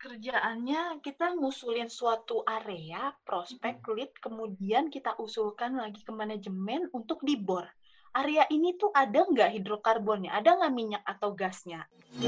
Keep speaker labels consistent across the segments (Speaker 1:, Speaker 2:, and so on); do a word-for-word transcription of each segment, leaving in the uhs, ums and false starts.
Speaker 1: Kerjaannya kita ngusulin suatu area, prospek, lead, kemudian kita usulkan lagi ke manajemen untuk dibor. Area ini tuh ada nggak hidrokarbonnya? Ada nggak minyak atau gasnya?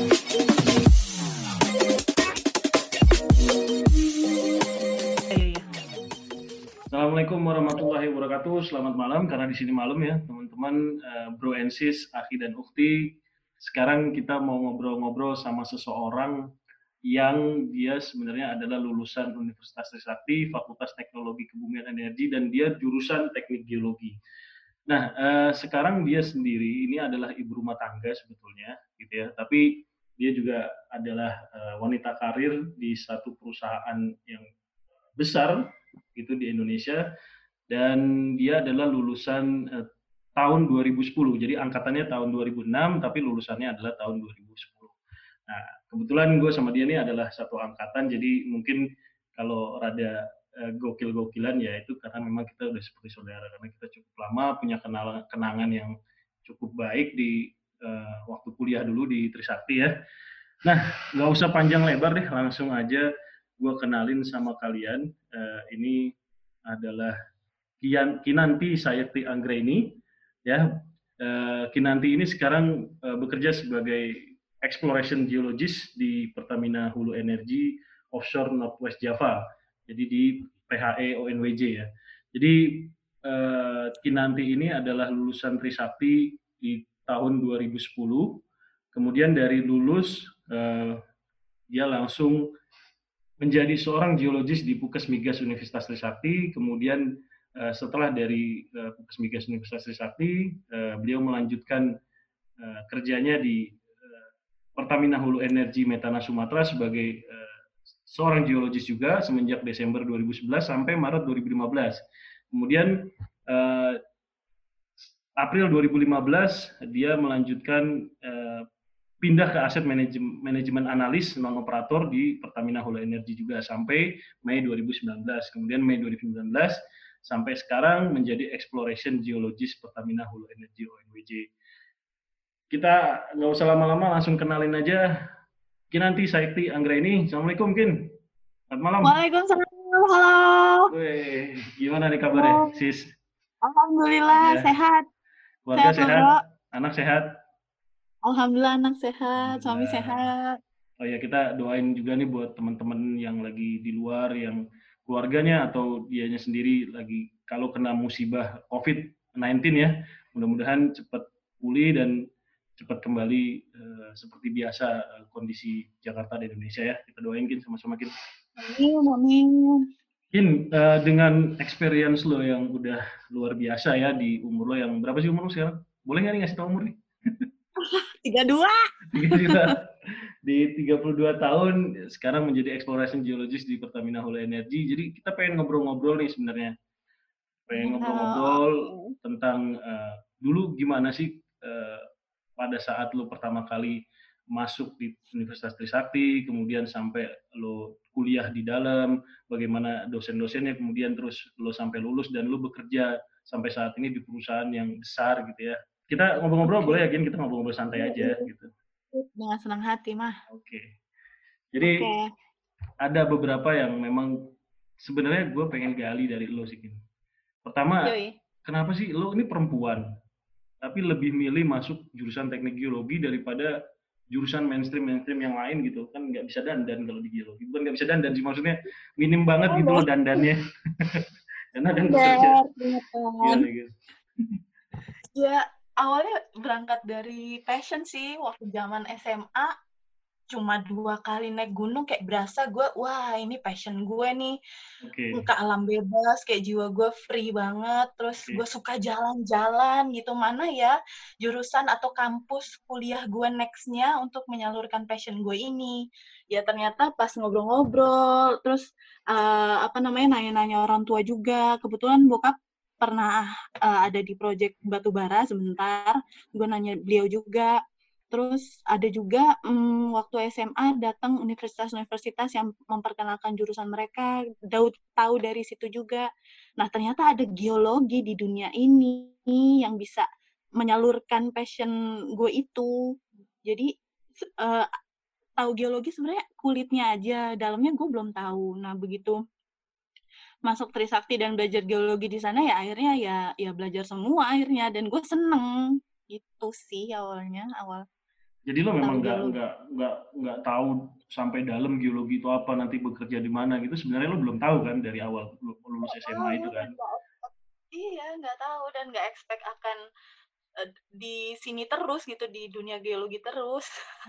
Speaker 2: Assalamualaikum warahmatullahi wabarakatuh. Selamat malam, karena di sini malam ya, teman-teman, uh, bro and sis, Akhi dan Ukti. Sekarang kita mau ngobrol-ngobrol sama seseorang yang dia sebenarnya adalah lulusan Universitas Trisakti, Fakultas Teknologi Kebumian Energi, dan dia jurusan Teknik Geologi. Nah, uh, sekarang dia sendiri ini adalah ibu rumah tangga sebetulnya, gitu ya. Tapi dia juga adalah uh, wanita karir di satu perusahaan yang besar itu di Indonesia, dan dia adalah lulusan eh, tahun dua ribu sepuluh. Jadi angkatannya tahun dua ribu enam tapi lulusannya adalah tahun dua ribu sepuluh. Nah, kebetulan gue sama dia ini adalah satu angkatan, jadi mungkin kalau rada eh, gokil-gokilan ya itu karena memang kita udah seperti saudara, karena kita cukup lama punya kenal kenangan yang cukup baik di eh, waktu kuliah dulu di Trisakti ya. Nah, nggak usah panjang lebar deh, langsung aja gue kenalin sama kalian. Uh, ini adalah Kian, Kinanti Sayekti Anggreni. Ya, uh, Kinanti ini sekarang uh, bekerja sebagai exploration geologist di Pertamina Hulu Energi Offshore Northwest Java. Jadi di P H E O N W J ya. Jadi uh, Kinanti ini adalah lulusan Trisakti di tahun dua ribu sepuluh. Kemudian dari lulus uh, dia langsung menjadi seorang geologis di Pukes Migas Universitas Trisakti. Kemudian uh, setelah dari uh, Pukes Migas Universitas Trisakti, uh, beliau melanjutkan uh, kerjanya di uh, Pertamina Hulu Energi Metana Sumatera sebagai uh, seorang geologis juga semenjak Desember dua ribu sebelas sampai Maret dua ribu lima belas. Kemudian uh, April dua ribu lima belas dia melanjutkan uh, pindah ke aset manajemen, manajemen analis non operator di Pertamina Hulu Energi juga sampai Mei dua ribu sembilan belas. Kemudian Mei dua ribu sembilan belas sampai sekarang menjadi exploration geologist Pertamina Hulu Energi O N W J. Kita nggak usah lama-lama, langsung kenalin aja Kinanti Sayekti Anggreni. Assalamualaikum Kin. Selamat malam.
Speaker 1: Waalaikumsalam. Halo.
Speaker 2: Weh, gimana nih kabarnya, sis?
Speaker 1: Alhamdulillah ya. Sehat.
Speaker 2: Keluarga sehat, sehat? Anak sehat?
Speaker 1: Alhamdulillah anak sehat, suami sehat.
Speaker 2: Oh ya, kita doain juga nih buat teman-teman yang lagi di luar, yang keluarganya atau dianya sendiri lagi kalau kena musibah covid sembilan belas ya, mudah-mudahan cepat pulih dan cepat kembali uh, seperti biasa uh, kondisi Jakarta dan Indonesia ya. Kita doain Kin, sama-sama Kin.
Speaker 1: Amin, amin.
Speaker 2: Kin, uh, dengan experience lo yang udah luar biasa ya di umur lo yang berapa sih umur lo sekarang? Boleh nggak nih ngasih tau umur nih?
Speaker 1: tiga puluh dua.
Speaker 2: tiga puluh dua. Di tiga puluh dua tahun sekarang menjadi exploration geologist di Pertamina Hulu Energi. Jadi kita pengen ngobrol-ngobrol nih sebenarnya. Pengen ngobrol-ngobrol oh. tentang uh, dulu gimana sih uh, pada saat lo pertama kali masuk di Universitas Trisakti, kemudian sampai lo kuliah di dalam, bagaimana dosen-dosennya, kemudian terus lo sampai lulus dan lo bekerja sampai saat ini di perusahaan yang besar gitu ya. Kita ngobrol-ngobrol boleh yakin, kita ngobrol-ngobrol santai aja gitu.
Speaker 1: Dengan senang hati mah.
Speaker 2: Oke. Okay. Jadi okay. ada beberapa yang memang sebenarnya gue pengen gali dari lo sih. Pertama, Yoi. Kenapa sih lo ini perempuan, tapi lebih milih masuk jurusan teknik geologi daripada jurusan mainstream-mainstream yang lain gitu? Kan nggak bisa dandan kalau di geologi. Bukan nggak bisa dandan sih, maksudnya minim banget gitu loh dandannya. Karena kan bekerja.
Speaker 1: Gimana gitu? Ya, awalnya berangkat dari passion sih. Waktu zaman S M A cuma dua kali naik gunung kayak berasa gue, wah ini passion gue nih. Okay. Ke alam bebas, kayak jiwa gue free banget. Terus okay. gue suka jalan-jalan gitu. Mana ya jurusan atau kampus kuliah gue next-nya untuk menyalurkan passion gue ini. Ya ternyata pas ngobrol-ngobrol, terus uh, apa namanya nanya-nanya orang tua juga. Kebetulan bokap pernah uh, ada di proyek batubara sebentar, gue nanya beliau juga. Terus ada juga um, waktu S M A datang universitas-universitas yang memperkenalkan jurusan mereka, Daud tahu dari situ juga. Nah ternyata ada geologi di dunia ini yang bisa menyalurkan passion gue itu. Jadi uh, tahu geologi sebenarnya kulitnya aja, dalamnya gue belum tahu. Nah begitu masuk Trisakti dan belajar geologi di sana ya akhirnya ya ya belajar semua akhirnya, dan gue seneng gitu sih awalnya awal
Speaker 2: Jadi lo
Speaker 1: tahu
Speaker 2: memang nggak
Speaker 1: geologi.
Speaker 2: nggak nggak nggak tahu sampai dalam geologi itu apa, nanti bekerja di mana gitu. Sebenarnya lo belum tahu kan dari awal lo lulus
Speaker 1: Nggak
Speaker 2: S M A
Speaker 1: tahu
Speaker 2: itu kan?
Speaker 1: dan nggak iya nggak tahu dan nggak expect akan uh, di sini terus gitu, di dunia geologi terus.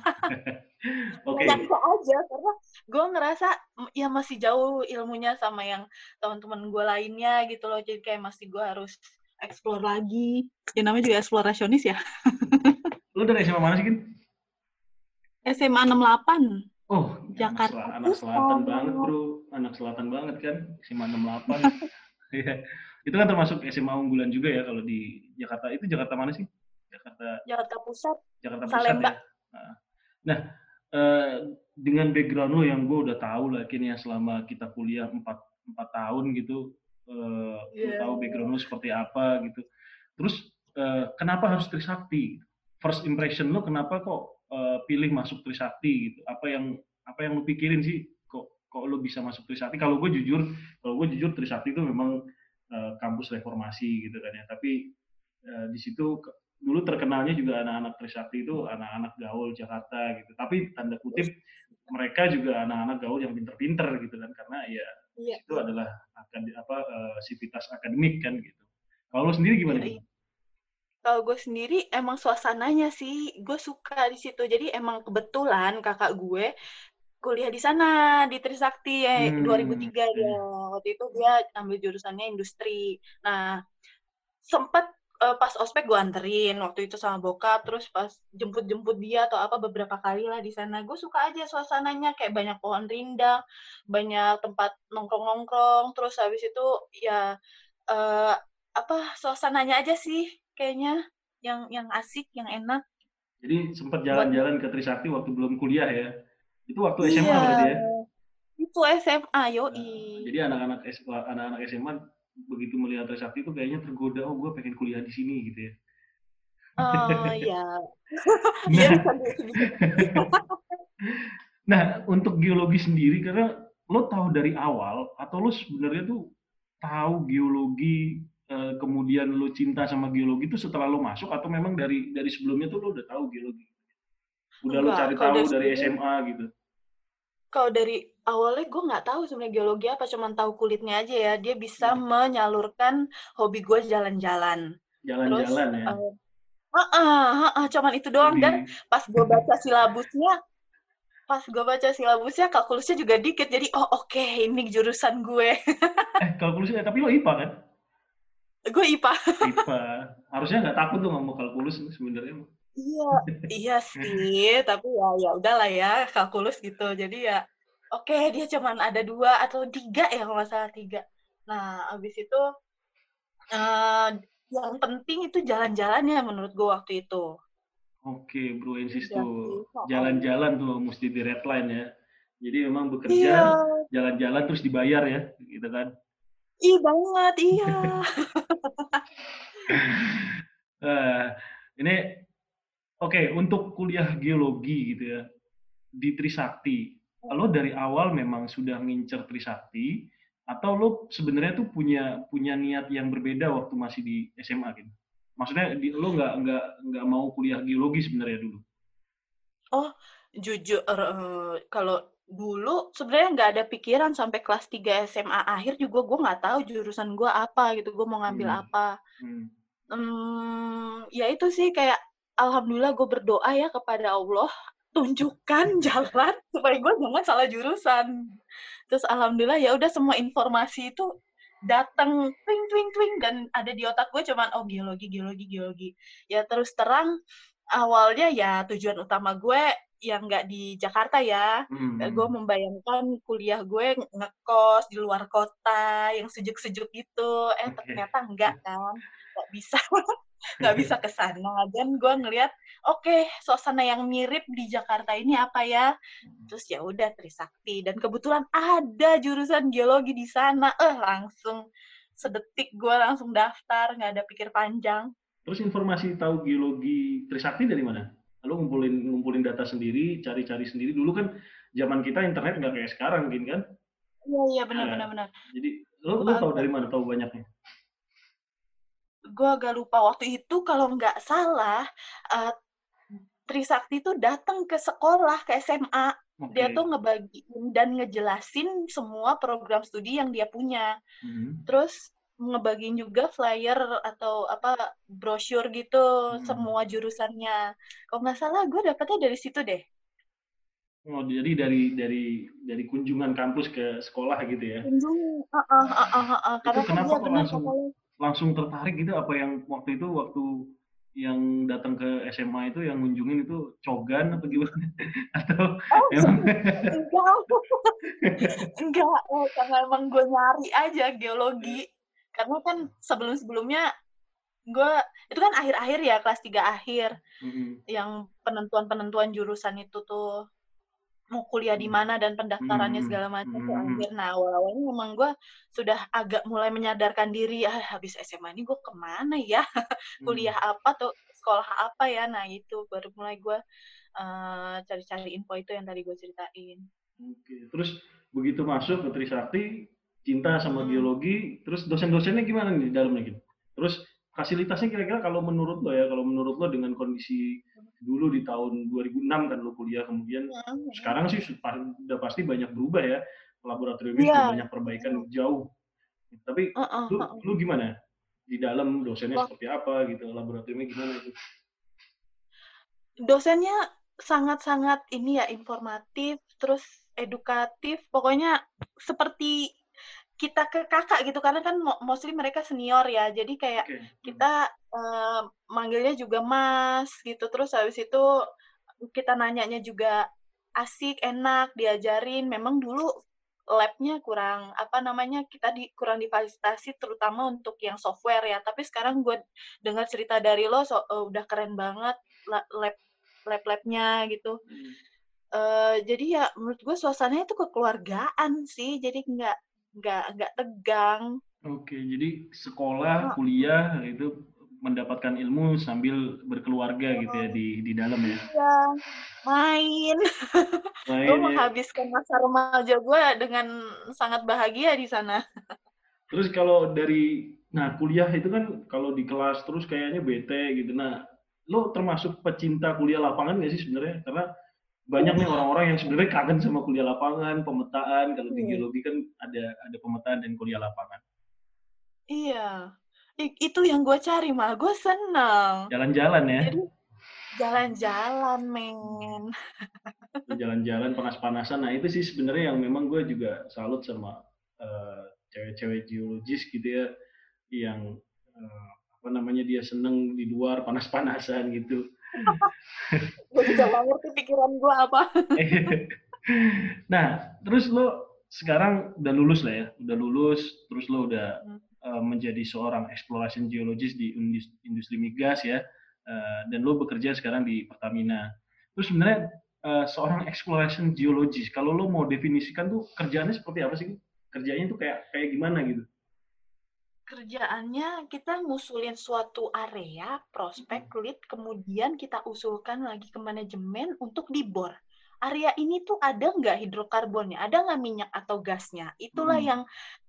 Speaker 2: Oke.
Speaker 1: Nyangka aja karena gue ngerasa ya masih jauh ilmunya sama yang teman-teman gue lainnya gitu loh, jadi kayak masih gue harus explore lagi, ya namanya juga eksplorasionis ya.
Speaker 2: Lo dari S M A mana sih, Gin?
Speaker 1: S M A enam delapan
Speaker 2: Oh, anak, sel
Speaker 1: Jakarta
Speaker 2: anak selatan banget
Speaker 1: Pusat.
Speaker 2: bro, anak selatan banget kan, S M A enam delapan. Iya. Itu kan termasuk S M A unggulan juga ya kalau di Jakarta. Itu Jakarta mana sih? Jakarta
Speaker 1: Jakarta Pusat,
Speaker 2: Jakarta Pusat
Speaker 1: Salemba.
Speaker 2: ya. Nah, nah, eh, dengan background lo yang gue udah tahu lah kini ya selama kita kuliah empat empat tahun gitu, eh, lo
Speaker 1: Yeah.
Speaker 2: tahu background lo seperti apa gitu. Terus eh, kenapa harus Trisakti? First impression lo kenapa kok eh, pilih masuk Trisakti gitu? Apa yang apa yang lo pikirin sih? Kok kok lo bisa masuk Trisakti? Kalau gue jujur, kalau gue jujur Trisakti itu memang eh, kampus reformasi gitu kan ya. Tapi eh, di situ dulu terkenalnya juga anak-anak Trisakti itu anak-anak gaul Jakarta gitu. Tapi tanda kutip mereka juga anak-anak gaul yang pinter-pinter gitu kan, karena ya di
Speaker 1: Iya,
Speaker 2: situ
Speaker 1: iya.
Speaker 2: adalah akad, apa uh, sivitas akademik kan gitu. Kalau lo sendiri gimana
Speaker 1: Iya,
Speaker 2: gitu?
Speaker 1: iya. Kalau gue sendiri emang suasananya sih, gue suka di situ. Jadi emang kebetulan kakak gue kuliah di sana di Trisakti ya, dua ribu
Speaker 2: Hmm,
Speaker 1: tiga dia.
Speaker 2: okay.
Speaker 1: Waktu itu dia ambil jurusannya industri. Nah, sempet uh, pas ospek gue anterin waktu itu sama bokap, terus pas jemput-jemput dia atau apa beberapa kali lah di sana. Gue suka aja suasananya, kayak banyak pohon rindang, banyak tempat nongkrong-nongkrong, terus habis itu ya uh, apa suasananya aja sih kayaknya yang yang asik, yang enak
Speaker 2: Jadi sempat
Speaker 1: buat.
Speaker 2: jalan-jalan ke Trisakti waktu belum kuliah ya. Itu waktu S M A
Speaker 1: Iya,
Speaker 2: berarti ya.
Speaker 1: itu S M A yoi.
Speaker 2: Nah, jadi anak-anak anak-anak S M A begitu melihat Trisakti itu kayaknya tergoda, oh gue pengen kuliah di sini gitu ya.
Speaker 1: Uh, ya, iya bisa
Speaker 2: Nah,
Speaker 1: gitu, bisa.
Speaker 2: nah, untuk geologi sendiri, karena lo tahu dari awal, atau lo sebenarnya tuh tahu geologi, eh, kemudian lo cinta sama geologi itu setelah lo masuk, atau memang dari dari sebelumnya tuh lo udah tahu geologi? Udah lo
Speaker 1: Enggak,
Speaker 2: cari
Speaker 1: kalau
Speaker 2: tahu
Speaker 1: dari
Speaker 2: dari
Speaker 1: sebelum
Speaker 2: S M A gitu?
Speaker 1: kalau dari awalnya gue nggak tahu sebenarnya geologi apa, cuman tahu kulitnya aja ya. Dia bisa
Speaker 2: Hmm.
Speaker 1: menyalurkan hobi gue jalan-jalan. Terus,
Speaker 2: Jalan-jalan ya.
Speaker 1: uh, uh, uh, uh, cuman itu doang. Dan
Speaker 2: Jadi,
Speaker 1: pas gue baca silabusnya, pas gue baca silabusnya kalkulusnya juga dikit. Jadi, oh oke, okay, ini jurusan gue.
Speaker 2: eh kalkulus, eh, tapi lo I P A kan?
Speaker 1: Gue I P A.
Speaker 2: I P A. Harusnya nggak takut tuh ngomong kalkulus sebenarnya.
Speaker 1: Iya, iya sih. Tapi ya, ya udahlah ya, kalkulus gitu. Jadi ya, oke, okay, dia cuman ada dua atau tiga ya, kalau nggak salah tiga. Nah, abis itu uh, yang penting itu jalan-jalannya menurut gue waktu itu.
Speaker 2: Oke, Bro Ensis
Speaker 1: Udah
Speaker 2: tuh
Speaker 1: sih. Oh.
Speaker 2: jalan-jalan tuh mesti di redline ya. Jadi memang bekerja,
Speaker 1: Iya,
Speaker 2: jalan-jalan terus dibayar ya, gitu kan.
Speaker 1: iya banget, iya.
Speaker 2: Eh, ini oke, okay, untuk kuliah geologi gitu ya di Trisakti. Lo dari awal memang sudah ngincer Trisakti atau lo sebenarnya tuh punya punya niat yang berbeda waktu masih di S M A gitu? Maksudnya di, lo nggak nggak nggak mau kuliah geologi sebenarnya dulu?
Speaker 1: Oh, jujur, uh, kalau dulu sebenarnya nggak ada pikiran sampai kelas tiga S M A akhir juga gue nggak tahu jurusan gue apa gitu, gue mau ngambil
Speaker 2: Hmm.
Speaker 1: apa.
Speaker 2: Hmm.
Speaker 1: Hmm, ya itu sih kayak alhamdulillah gue berdoa ya kepada Allah, tunjukkan jalan supaya gue jangan salah jurusan. Terus alhamdulillah ya udah semua informasi itu datang twing twing twing dan ada di otak gue cuman oh geologi geologi geologi. Ya terus terang awalnya ya tujuan utama gue yang nggak di Jakarta ya. Gue
Speaker 2: Hmm.
Speaker 1: membayangkan kuliah gue ngekos di luar kota yang sejuk-sejuk gitu. Eh
Speaker 2: Oke.
Speaker 1: ternyata enggak kan. Nggak bisa nggak bisa ke sana. Dan gue ngelihat oke, okay, suasana yang mirip di Jakarta ini apa ya? Terus ya udah Trisakti dan kebetulan ada jurusan geologi di sana. Eh langsung sedetik gue langsung daftar, nggak ada pikir panjang.
Speaker 2: Terus informasi tahu geologi Trisakti dari mana? Lu ngumpulin ngumpulin data sendiri, cari-cari sendiri. Dulu kan zaman kita internet nggak kayak sekarang mungkin kan.
Speaker 1: Iya, iya, benar
Speaker 2: Nah,
Speaker 1: benar benar.
Speaker 2: jadi lu
Speaker 1: Gue
Speaker 2: lu tahu
Speaker 1: agak
Speaker 2: dari mana tahu banyaknya?
Speaker 1: gue agak lupa waktu itu kalau nggak salah uh, Trisakti tuh datang ke sekolah ke S M A.
Speaker 2: Oke.
Speaker 1: Dia tuh ngebagiin dan ngejelasin semua program studi yang dia punya.
Speaker 2: Hmm.
Speaker 1: Terus ngebagiin juga flyer atau apa brosur gitu
Speaker 2: Hmm.
Speaker 1: semua jurusannya. Kalau nggak salah gue dapetnya dari situ deh.
Speaker 2: Oh, jadi dari dari dari kunjungan kampus ke sekolah gitu ya.
Speaker 1: Kunjung, uh, uh, uh, uh, uh,
Speaker 2: Itu
Speaker 1: karena kan
Speaker 2: kenapa
Speaker 1: iya
Speaker 2: kok
Speaker 1: benar
Speaker 2: langsung
Speaker 1: katanya.
Speaker 2: langsung tertarik gitu? Apa yang waktu itu waktu yang datang ke S M A itu yang ngunjungin itu cogan apa gimana? Atau
Speaker 1: Oh,
Speaker 2: emang
Speaker 1: enggak, enggak, oh, karena emang gue nyari aja geologi. Karena kan sebelum-sebelumnya gue, itu kan akhir-akhir ya, kelas tiga akhir,
Speaker 2: mm,
Speaker 1: yang penentuan-penentuan jurusan itu tuh, mau kuliah di
Speaker 2: mm,
Speaker 1: mana dan
Speaker 2: mm,
Speaker 1: pendaftarannya
Speaker 2: mm,
Speaker 1: segala macam tuh
Speaker 2: mm,
Speaker 1: akhir. Nah, awal-awalnya memang gue sudah agak mulai menyadarkan diri, ah, habis S M A ini gue kemana ya?
Speaker 2: mm.
Speaker 1: Kuliah apa tuh? Sekolah apa ya? Nah, itu baru mulai gue uh, cari-cari info itu yang tadi gue ceritain.
Speaker 2: Oke. Terus begitu masuk ke Trisakti, cinta sama
Speaker 1: Hmm.
Speaker 2: biologi, terus dosen-dosennya gimana nih di dalamnya gitu? Terus fasilitasnya kira-kira kalau menurut lo ya, kalau menurut lo dengan kondisi dulu di tahun dua ribu enam kan lo kuliah, kemudian
Speaker 1: Hmm.
Speaker 2: sekarang sih sudah pasti banyak berubah ya, laboratoriumnya
Speaker 1: Iya.
Speaker 2: juga banyak perbaikan jauh. Tapi
Speaker 1: Heeh,
Speaker 2: lu
Speaker 1: heeh.
Speaker 2: lu gimana? Di dalam dosennya
Speaker 1: Wah,
Speaker 2: seperti apa gitu, laboratoriumnya gimana itu?
Speaker 1: dosennya sangat-sangat ini ya informatif, terus edukatif, pokoknya seperti kita ke kakak gitu karena kan mostly mereka senior ya, jadi kayak
Speaker 2: Oke. Hmm.
Speaker 1: kita uh, manggilnya juga Mas gitu, terus habis itu kita nanyanya juga asik, enak, diajarin. Memang dulu lab-nya kurang apa namanya kita di kurang difasilitasi terutama untuk yang software ya. Tapi sekarang gue dengar cerita dari lo so, uh, udah keren banget lab lab-labnya gitu.
Speaker 2: Hmm.
Speaker 1: Uh, jadi ya menurut gue suasananya itu kekeluargaan sih. Jadi nggak nggak nggak tegang.
Speaker 2: Oke, jadi sekolah,
Speaker 1: Oh,
Speaker 2: kuliah itu mendapatkan ilmu sambil berkeluarga gitu ya
Speaker 1: oh,
Speaker 2: di di dalam ya.
Speaker 1: iya, main. Gue
Speaker 2: Main ya.
Speaker 1: menghabiskan masa remaja gue dengan sangat bahagia di sana.
Speaker 2: Terus kalau dari nah kuliah itu kan kalau di kelas terus kayaknya bete gitu. Nah, lo termasuk pecinta kuliah lapangan nggak sih sebenarnya? Karena banyak nih orang-orang yang sebenarnya kangen sama kuliah lapangan, pemetaan. Kalau di
Speaker 1: Iya.
Speaker 2: geologi kan ada ada pemetaan dan kuliah lapangan.
Speaker 1: Iya. I- itu yang gue cari, malah gue seneng.
Speaker 2: Jalan-jalan ya.
Speaker 1: Jadi jalan-jalan, men.
Speaker 2: Jalan-jalan panas-panasan. Nah, itu sih sebenarnya yang memang gue juga salut sama uh, cewek-cewek geologis gitu ya yang uh, apa namanya dia seneng di luar panas-panasan gitu.
Speaker 1: Gue juga gak ngerti pikiran gue apa.
Speaker 2: Nah, terus lo sekarang udah lulus lah ya, udah lulus, terus lo udah uh, menjadi seorang exploration geologist di industri migas ya, uh, dan lo bekerja sekarang di Pertamina. Terus sebenarnya uh, seorang exploration geologist, kalau lo mau definisikan tuh kerjaannya seperti apa sih? Kerjanya tuh kayak kayak gimana gitu?
Speaker 1: Kerjaannya kita ngusulin suatu area, prospek, lead, kemudian kita usulkan lagi ke manajemen untuk dibor. Area ini tuh ada nggak hidrokarbonnya, ada nggak minyak atau gasnya. Itulah
Speaker 2: Hmm.
Speaker 1: yang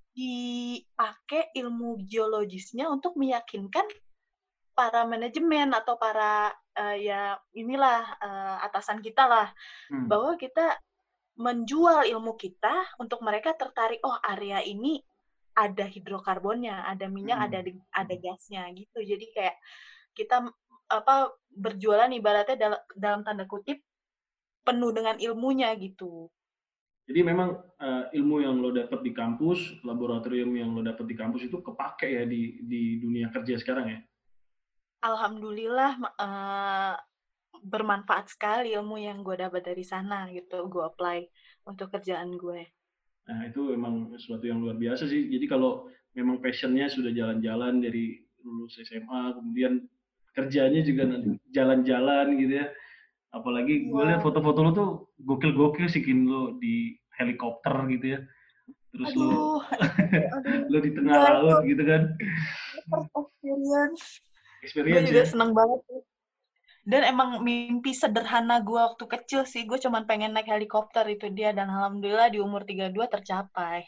Speaker 1: dipakai ilmu geologisnya untuk meyakinkan para manajemen atau para uh, ya inilah uh, atasan kita lah
Speaker 2: Hmm.
Speaker 1: bahwa kita menjual ilmu kita untuk mereka tertarik, oh area ini ada hidrokarbonnya, ada minyak,
Speaker 2: Hmm.
Speaker 1: ada ada gasnya gitu. Jadi kayak kita apa berjualan ibaratnya dalam, dalam tanda kutip penuh dengan ilmunya gitu.
Speaker 2: Jadi memang uh, ilmu yang lo dapat di kampus, laboratorium yang lo dapat di kampus itu kepake ya di di dunia kerja sekarang ya.
Speaker 1: Alhamdulillah uh, bermanfaat sekali ilmu yang gue dapat dari sana gitu. Gue apply untuk kerjaan gue.
Speaker 2: Nah, itu emang sesuatu yang luar biasa sih. Jadi kalau memang passionnya sudah jalan-jalan dari lulus S M A, kemudian kerjanya juga nanti jalan-jalan gitu ya. Apalagi gue lihat
Speaker 1: Iya.
Speaker 2: foto-foto lo tuh gokil-gokil sih, Kin, lo di helikopter gitu ya. Terus lo
Speaker 1: Aduh, itu, aduh,
Speaker 2: lo di tengah
Speaker 1: gila itu
Speaker 2: laut gitu kan.
Speaker 1: first experience. Gue
Speaker 2: Experience
Speaker 1: juga
Speaker 2: ya.
Speaker 1: seneng banget sih. Dan emang mimpi sederhana gue waktu kecil sih, gue cuma pengen naik helikopter itu dia, dan alhamdulillah di umur tiga puluh dua tercapai.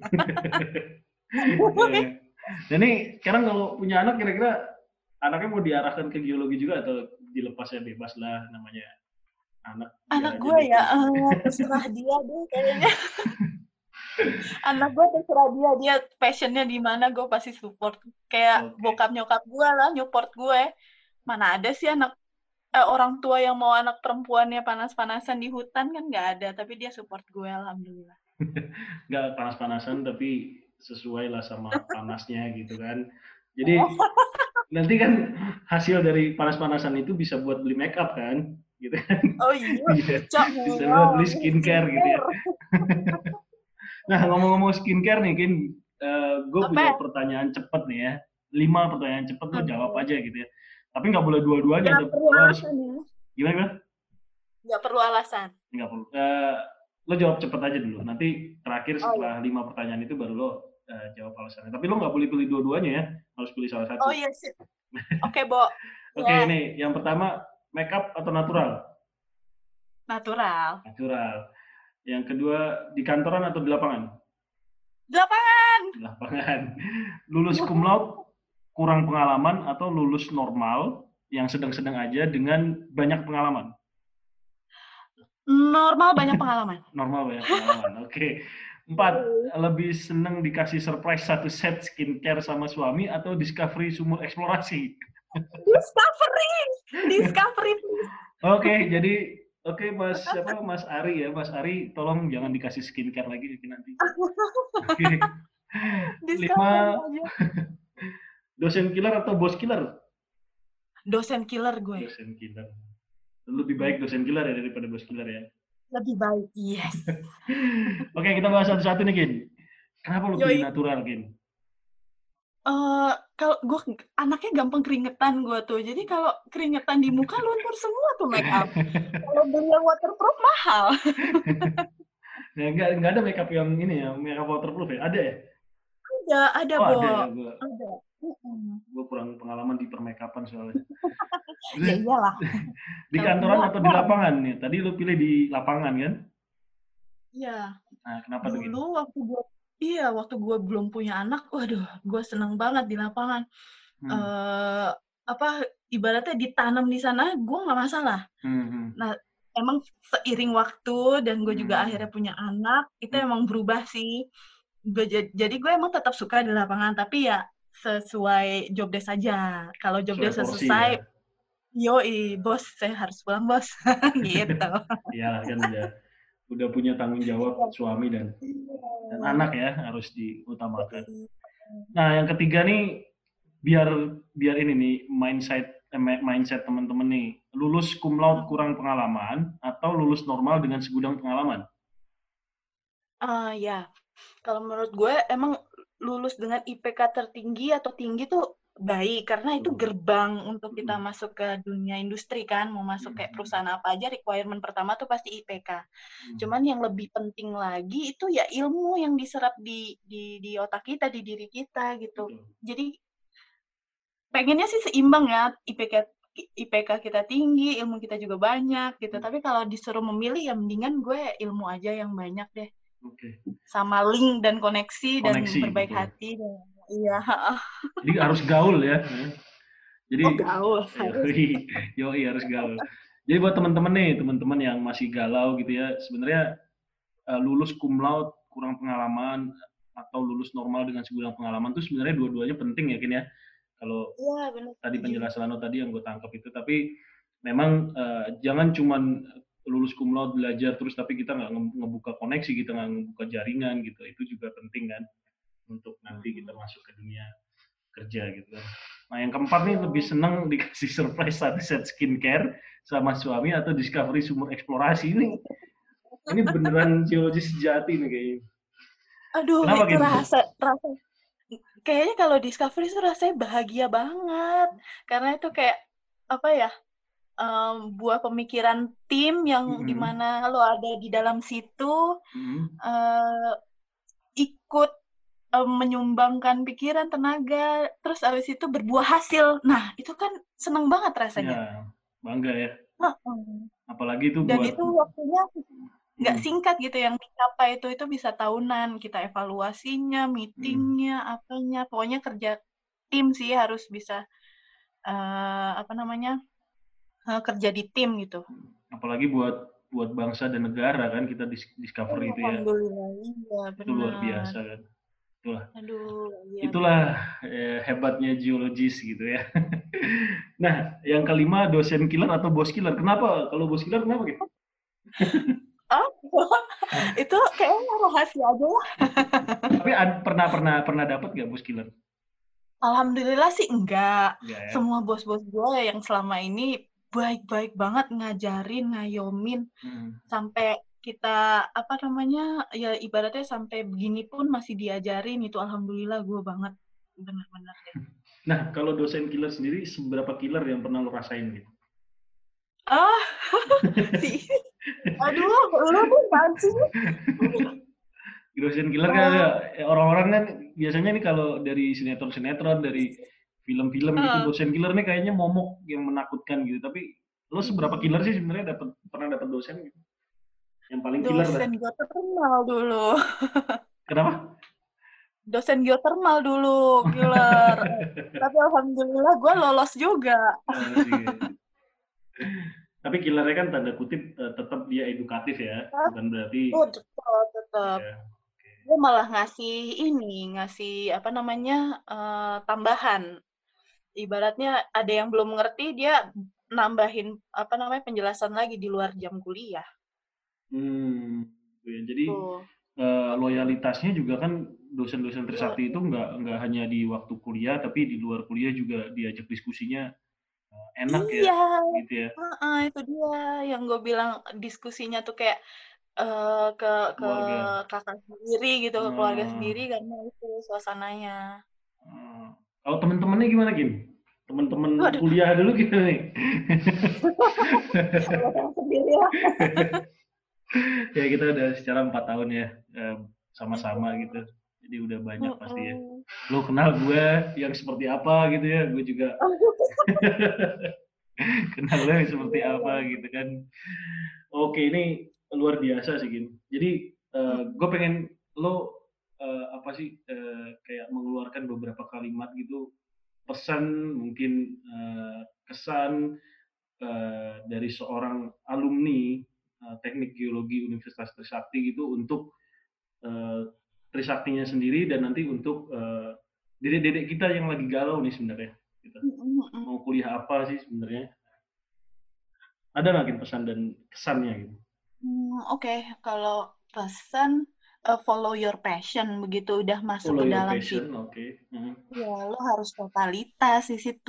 Speaker 2: Ya. Dan ini sekarang kalau punya anak kira-kira anaknya mau diarahkan ke geologi juga atau dilepasnya bebas lah namanya anak biar
Speaker 1: Anak
Speaker 2: aja
Speaker 1: gue ya,
Speaker 2: bikin.
Speaker 1: uh, terserah dia deh kayaknya. Anak gue terserah dia, dia passionnya di mana gue pasti support. Kayak
Speaker 2: Oke.
Speaker 1: bokap nyokap gue lah nyupport gue. Mana ada sih anak eh, orang tua yang mau anak perempuannya panas-panasan di hutan, kan nggak ada. Tapi dia support gue, alhamdulillah.
Speaker 2: Nggak panas-panasan tapi sesuai lah sama panasnya gitu kan. Jadi
Speaker 1: Oh,
Speaker 2: nanti kan hasil dari panas-panasan itu bisa buat beli make up kan, gitu kan?
Speaker 1: oh iya,
Speaker 2: Iya,
Speaker 1: Cok,
Speaker 2: bisa
Speaker 1: murah
Speaker 2: buat beli
Speaker 1: lagi
Speaker 2: skincare gitu ya.
Speaker 1: skincare.
Speaker 2: Nah ngomong-ngomong skincare nih, Kin, uh, gue punya
Speaker 1: Apa?
Speaker 2: pertanyaan cepet nih ya. Lima pertanyaan cepet lo jawab
Speaker 1: Oke.
Speaker 2: aja gitu ya. Tapi nggak boleh dua-duanya,
Speaker 1: Nggak perlu
Speaker 2: lo harus
Speaker 1: alasan ya.
Speaker 2: gimana? Gimana?
Speaker 1: Nggak perlu alasan.
Speaker 2: Nggak perlu. Uh, lo jawab cepet aja dulu. Nanti terakhir
Speaker 1: Oh iya.
Speaker 2: setelah lima pertanyaan itu baru lo uh, jawab alasannya. Tapi lo nggak boleh pilih dua-duanya ya. Harus pilih salah
Speaker 1: Oh
Speaker 2: satu.
Speaker 1: iya sih. Oke, Bo.
Speaker 2: Oke,
Speaker 1: Ya,
Speaker 2: ini yang pertama makeup atau natural?
Speaker 1: natural.
Speaker 2: Natural. Yang kedua di kantoran atau di lapangan?
Speaker 1: Di lapangan.
Speaker 2: Di lapangan. Lulus cum laude kurang pengalaman atau lulus normal yang sedang-sedang aja dengan banyak pengalaman?
Speaker 1: Normal banyak pengalaman.
Speaker 2: Normal banyak pengalaman. Oke. Empat, lebih seneng dikasih surprise satu set skincare sama suami atau discovery sumur eksplorasi?
Speaker 1: Discovery. Discovery.
Speaker 2: Oke, jadi oke Mas siapa Mas Ari ya, Mas Ari tolong jangan dikasih skincare lagi nanti. Oke. Lima,
Speaker 1: Discovery aja.
Speaker 2: dosen killer atau bos killer?
Speaker 1: Dosen killer gue.
Speaker 2: Dosen killer. Lebih baik dosen killer ya daripada bos killer ya.
Speaker 1: Lebih baik, yes.
Speaker 2: Oke, kita bahas satu-satu nih, Gin. Kenapa lu pilih
Speaker 1: Yoi.
Speaker 2: natural, Gin?
Speaker 1: Uh, kalau gue anaknya gampang keringetan gue tuh, jadi kalau keringetan di muka luntur semua tuh make up. Kalau beli yang waterproof mahal.
Speaker 2: Ya, enggak, enggak ada makeup yang ini ya, makeup waterproof ya? Ada ya?
Speaker 1: Ada, ada,
Speaker 2: Oh,
Speaker 1: Bo.
Speaker 2: ada ya, gue.
Speaker 1: Ada.
Speaker 2: Gue kurang pengalaman di permakeupan soalnya.
Speaker 1: Ya iyalah.
Speaker 2: Di
Speaker 1: Kalau
Speaker 2: kantoran
Speaker 1: gua,
Speaker 2: atau di lapangan nih? Tadi lu pilih di lapangan kan?
Speaker 1: iya.
Speaker 2: Nah, kenapa tuh, Gin?
Speaker 1: Dulu waktu gue, iya waktu gue belum punya anak, waduh, gue seneng banget di lapangan.
Speaker 2: Hmm.
Speaker 1: Uh, apa ibaratnya ditanam di sana, gue nggak masalah.
Speaker 2: Hmm.
Speaker 1: Nah, emang seiring waktu dan gue juga
Speaker 2: Hmm.
Speaker 1: akhirnya punya anak, itu
Speaker 2: Hmm.
Speaker 1: emang berubah sih. Gue, jadi gue emang tetap suka di lapangan, tapi ya sesuai job desk aja. Kalau job desk selesai, ya? Yoi, bos, saya harus pulang, bos. Gitu.
Speaker 2: Iya, kan udah udah punya tanggung jawab suami dan dan anak ya, harus diutamakan. Nah, yang ketiga nih biar biar ini nih mindset eh, mindset teman-teman nih, lulus cum laude kurang pengalaman atau lulus normal dengan segudang pengalaman?
Speaker 1: Ah uh, ya, kalau menurut gue emang lulus dengan I P K tertinggi atau tinggi tuh baik, karena itu gerbang untuk kita masuk ke dunia industri kan, mau masuk kayak perusahaan apa aja, requirement pertama tuh pasti I P K. Cuman yang lebih penting lagi itu ya ilmu yang diserap di di di otak kita, di diri kita gitu. Jadi pengennya sih seimbang ya, I P K I P K kita tinggi, ilmu kita juga banyak gitu. Tapi kalau disuruh memilih ya mendingan gue ilmu aja yang banyak deh.
Speaker 2: Oke.
Speaker 1: Sama link dan koneksi,
Speaker 2: Koneksi
Speaker 1: dan berbaik
Speaker 2: betul.
Speaker 1: hati. Dan, iya.
Speaker 2: Jadi harus gaul ya. Jadi
Speaker 1: oh, gaul.
Speaker 2: Yoi, yoi harus gaul. Jadi buat teman-teman nih, teman-teman yang masih galau gitu ya, sebenarnya uh, lulus cum laude kurang pengalaman atau lulus normal dengan segudang pengalaman tuh sebenarnya dua-duanya penting ya, Kin ya. Kalau
Speaker 1: ya, bener.
Speaker 2: Tadi penjelasan lo tadi yang gue tangkap itu, tapi memang uh, jangan cuman lulus cum laude belajar terus tapi kita nggak ngebuka koneksi, kita nggak ngebuka jaringan gitu, itu juga penting kan untuk nanti kita masuk ke dunia kerja gitu kan. Nah yang keempat nih, lebih seneng dikasih surprise satu set skincare sama suami atau discovery sumur eksplorasi? Ini ini beneran geologi sejati nih kayaknya.
Speaker 1: Aduh,
Speaker 2: kenapa
Speaker 1: itu
Speaker 2: gitu?
Speaker 1: rasa rasa kayaknya kalau discovery itu rasanya bahagia banget, karena itu kayak apa ya, um, buah pemikiran tim yang mm-hmm. dimana lo ada di dalam situ, mm-hmm. uh, ikut um, menyumbangkan pikiran, tenaga, terus abis itu berbuah hasil. Nah itu kan seneng banget rasanya.
Speaker 2: Ya, bangga ya.
Speaker 1: Heeh.
Speaker 2: Apalagi itu
Speaker 1: Dan
Speaker 2: buat
Speaker 1: itu waktunya nggak
Speaker 2: hmm,
Speaker 1: singkat gitu yang dicapai itu, itu bisa tahunan, kita evaluasinya,
Speaker 2: hmm.
Speaker 1: meeting-nya, apanya, pokoknya kerja tim sih harus bisa, eee, apa namanya, eee, kerja di tim gitu.
Speaker 2: Apalagi buat buat bangsa dan negara kan kita dis discover
Speaker 1: Oh,
Speaker 2: itu ya.
Speaker 1: alhamdulillah, iya
Speaker 2: Itu luar
Speaker 1: bener.
Speaker 2: biasa kan. Itulah
Speaker 1: Aduh, iya
Speaker 2: itulah
Speaker 1: bener.
Speaker 2: eh, hebatnya geologis gitu ya. Nah, yang kelima dosen killer atau bos killer. Kenapa? Kalau bos killer kenapa gitu?
Speaker 1: Oh, itu kayaknya rahasia aja ya.
Speaker 2: Tapi ad- pernah pernah pernah dapat nggak bos killer?
Speaker 1: Alhamdulillah sih enggak.
Speaker 2: Enggak ya.
Speaker 1: Semua bos-bos gue yang selama ini baik-baik banget ngajarin, ngayomin,
Speaker 2: Hmm.
Speaker 1: sampai kita apa namanya ya ibaratnya sampai begini pun masih diajarin itu alhamdulillah gue banget bener-bener deh.
Speaker 2: Nah, kalau dosen killer sendiri, seberapa killer yang pernah lo rasain gitu?
Speaker 1: Ah sih, aduh lu tuh apaan sih?
Speaker 2: Dosen killer kan ada
Speaker 1: Oh,
Speaker 2: orang-orang kan biasanya nih kalau dari sinetron-sinetron, dari film-film gitu,
Speaker 1: uh,
Speaker 2: dosen killer nih kayaknya momok yang menakutkan gitu. Tapi lo seberapa killer sih sebenarnya dapat pernah dapat dosen gitu? Yang paling killer dah.
Speaker 1: dosen geothermal dulu.
Speaker 2: Kenapa?
Speaker 1: Dosen geothermal dulu, killer. Tapi alhamdulillah gue lolos juga.
Speaker 2: Eh, sih. Tapi killernya kan tanda kutip eh, tetap dia edukatif ya, bukan berarti
Speaker 1: Oh, tetap, tetap.
Speaker 2: ya.
Speaker 1: Gue malah ngasih ini, ngasih apa namanya, eh, tambahan. Ibaratnya ada yang belum ngerti, dia nambahin apa namanya penjelasan lagi di luar jam kuliah.
Speaker 2: Hmm, gitu ya. Jadi
Speaker 1: Tuh.
Speaker 2: eh, loyalitasnya juga kan dosen-dosen
Speaker 1: Lo-
Speaker 2: Trisakti itu nggak nggak hanya di waktu kuliah, tapi di luar kuliah juga diajak diskusinya eh, enak ya,
Speaker 1: Iya,
Speaker 2: gitu ya,
Speaker 1: heeh, itu dia yang gue bilang diskusinya tuh kayak eh, ke ke
Speaker 2: keluarga.
Speaker 1: kakak sendiri gitu, ke keluarga
Speaker 2: Eh,
Speaker 1: sendiri karena itu suasananya.
Speaker 2: eh, Kalau teman-temannya gimana Kim? Teman-teman
Speaker 1: Waduh,
Speaker 2: kuliah dulu gimana nih?
Speaker 1: lo tahu sendiri lah.
Speaker 2: Ya kita udah secara empat tahun ya eh, sama-sama
Speaker 1: Iya.
Speaker 2: gitu. Jadi udah banyak pasti ya.
Speaker 1: Mm-mm.
Speaker 2: Lo kenal gue yang seperti apa gitu ya, gue juga kenal lo yang seperti
Speaker 1: Iya,
Speaker 2: apa
Speaker 1: iya.
Speaker 2: gitu kan. Oke, ini luar biasa sih Gin. Jadi eh, gue pengen lo eh, apa sih eh, kayak mengeluarkan beberapa kalimat gitu pesan mungkin eh, kesan eh, dari seorang alumni eh, Teknik Geologi Universitas Trisakti gitu untuk eh, Trisaktinya sendiri dan nanti untuk eh, dedek-dedek kita yang lagi galau nih sebenarnya gitu.
Speaker 1: Mm-mm.
Speaker 2: Mau kuliah apa sih sebenarnya? Ada nggak Gin, pesan dan kesannya gitu?
Speaker 1: Hmm, oke, kalau pesan eh, follow your passion begitu udah masuk
Speaker 2: Follow
Speaker 1: ke
Speaker 2: your
Speaker 1: dalam
Speaker 2: passion,
Speaker 1: situ,
Speaker 2: oke. Okay. Hmm.
Speaker 1: ya lo harus totalitas di situ,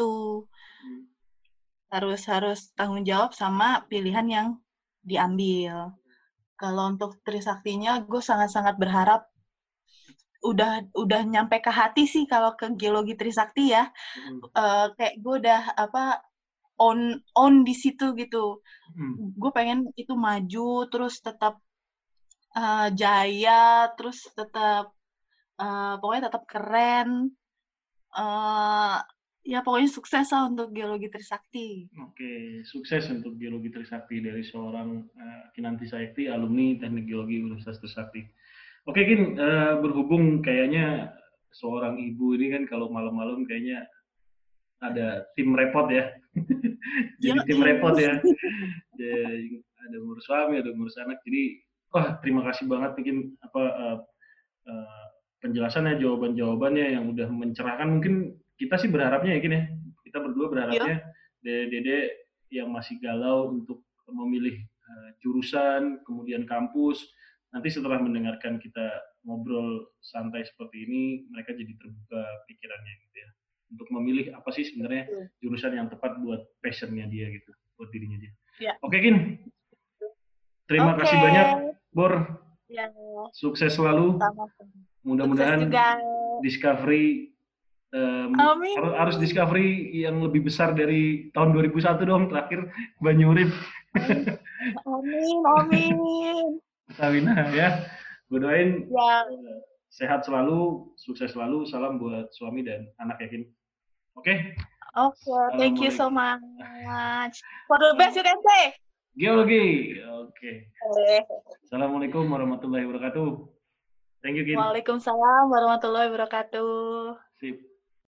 Speaker 1: harus harus tanggung jawab sama pilihan yang diambil. Kalau untuk Trisaktinya, gue sangat-sangat berharap udah udah nyampe ke hati sih kalau ke geologi Trisakti ya.
Speaker 2: Hmm.
Speaker 1: Eh, kayak gue udah apa on on di situ gitu.
Speaker 2: Hmm.
Speaker 1: Gue pengen itu maju terus tetap eh, jaya, terus tetap eh, pokoknya tetap keren. eh ya pokoknya sukses lah untuk geologi Trisakti.
Speaker 2: Oke, sukses untuk Geologi Trisakti dari seorang uh, Kinanti Saikti, alumni Teknik Geologi Universitas Trisakti. Oke, Kin, uh, berhubung kayaknya seorang ibu ini kan kalau malam-malam kayaknya ada tim repot ya.
Speaker 1: Ya,
Speaker 2: Jadi tim repot ya. Jadi, ada ngurus suami, ada ngurus anak. Jadi, wah terima kasih banget mungkin apa uh, uh, penjelasannya, jawaban-jawabannya yang udah mencerahkan. Mungkin kita sih berharapnya ya, Kin ya. Kita berdua
Speaker 1: ya,
Speaker 2: berharapnya Dede yang masih galau untuk memilih uh, jurusan, kemudian kampus, nanti setelah mendengarkan kita ngobrol santai seperti ini, mereka jadi terbuka pikirannya gitu ya. Untuk memilih apa sih sebenarnya jurusan yang tepat buat passionnya dia gitu, buat dirinya dia.
Speaker 1: ya.
Speaker 2: Oke, Kin. Terima
Speaker 1: Oke.
Speaker 2: kasih banyak, Bor.
Speaker 1: Ya,
Speaker 2: Sukses selalu.
Speaker 1: sama-sama. Sukses
Speaker 2: Mudah-mudahan
Speaker 1: juga.
Speaker 2: Discovery um,
Speaker 1: Amin.
Speaker 2: harus harus Discovery yang lebih besar dari tahun dua ribu satu dong terakhir Banyurip.
Speaker 1: Amin, amin.
Speaker 2: Tawina ya. Gue doain
Speaker 1: Ya,
Speaker 2: uh, sehat selalu, sukses selalu, salam buat suami dan anak yakin. Oke? Okay?
Speaker 1: Okay, thank you so much. For the best you can say.
Speaker 2: Geologi. Oke.
Speaker 1: Okay.
Speaker 2: Assalamualaikum warahmatullahi wabarakatuh. Thank you, Kin.
Speaker 1: Waalaikumsalam warahmatullahi wabarakatuh.
Speaker 2: Sip.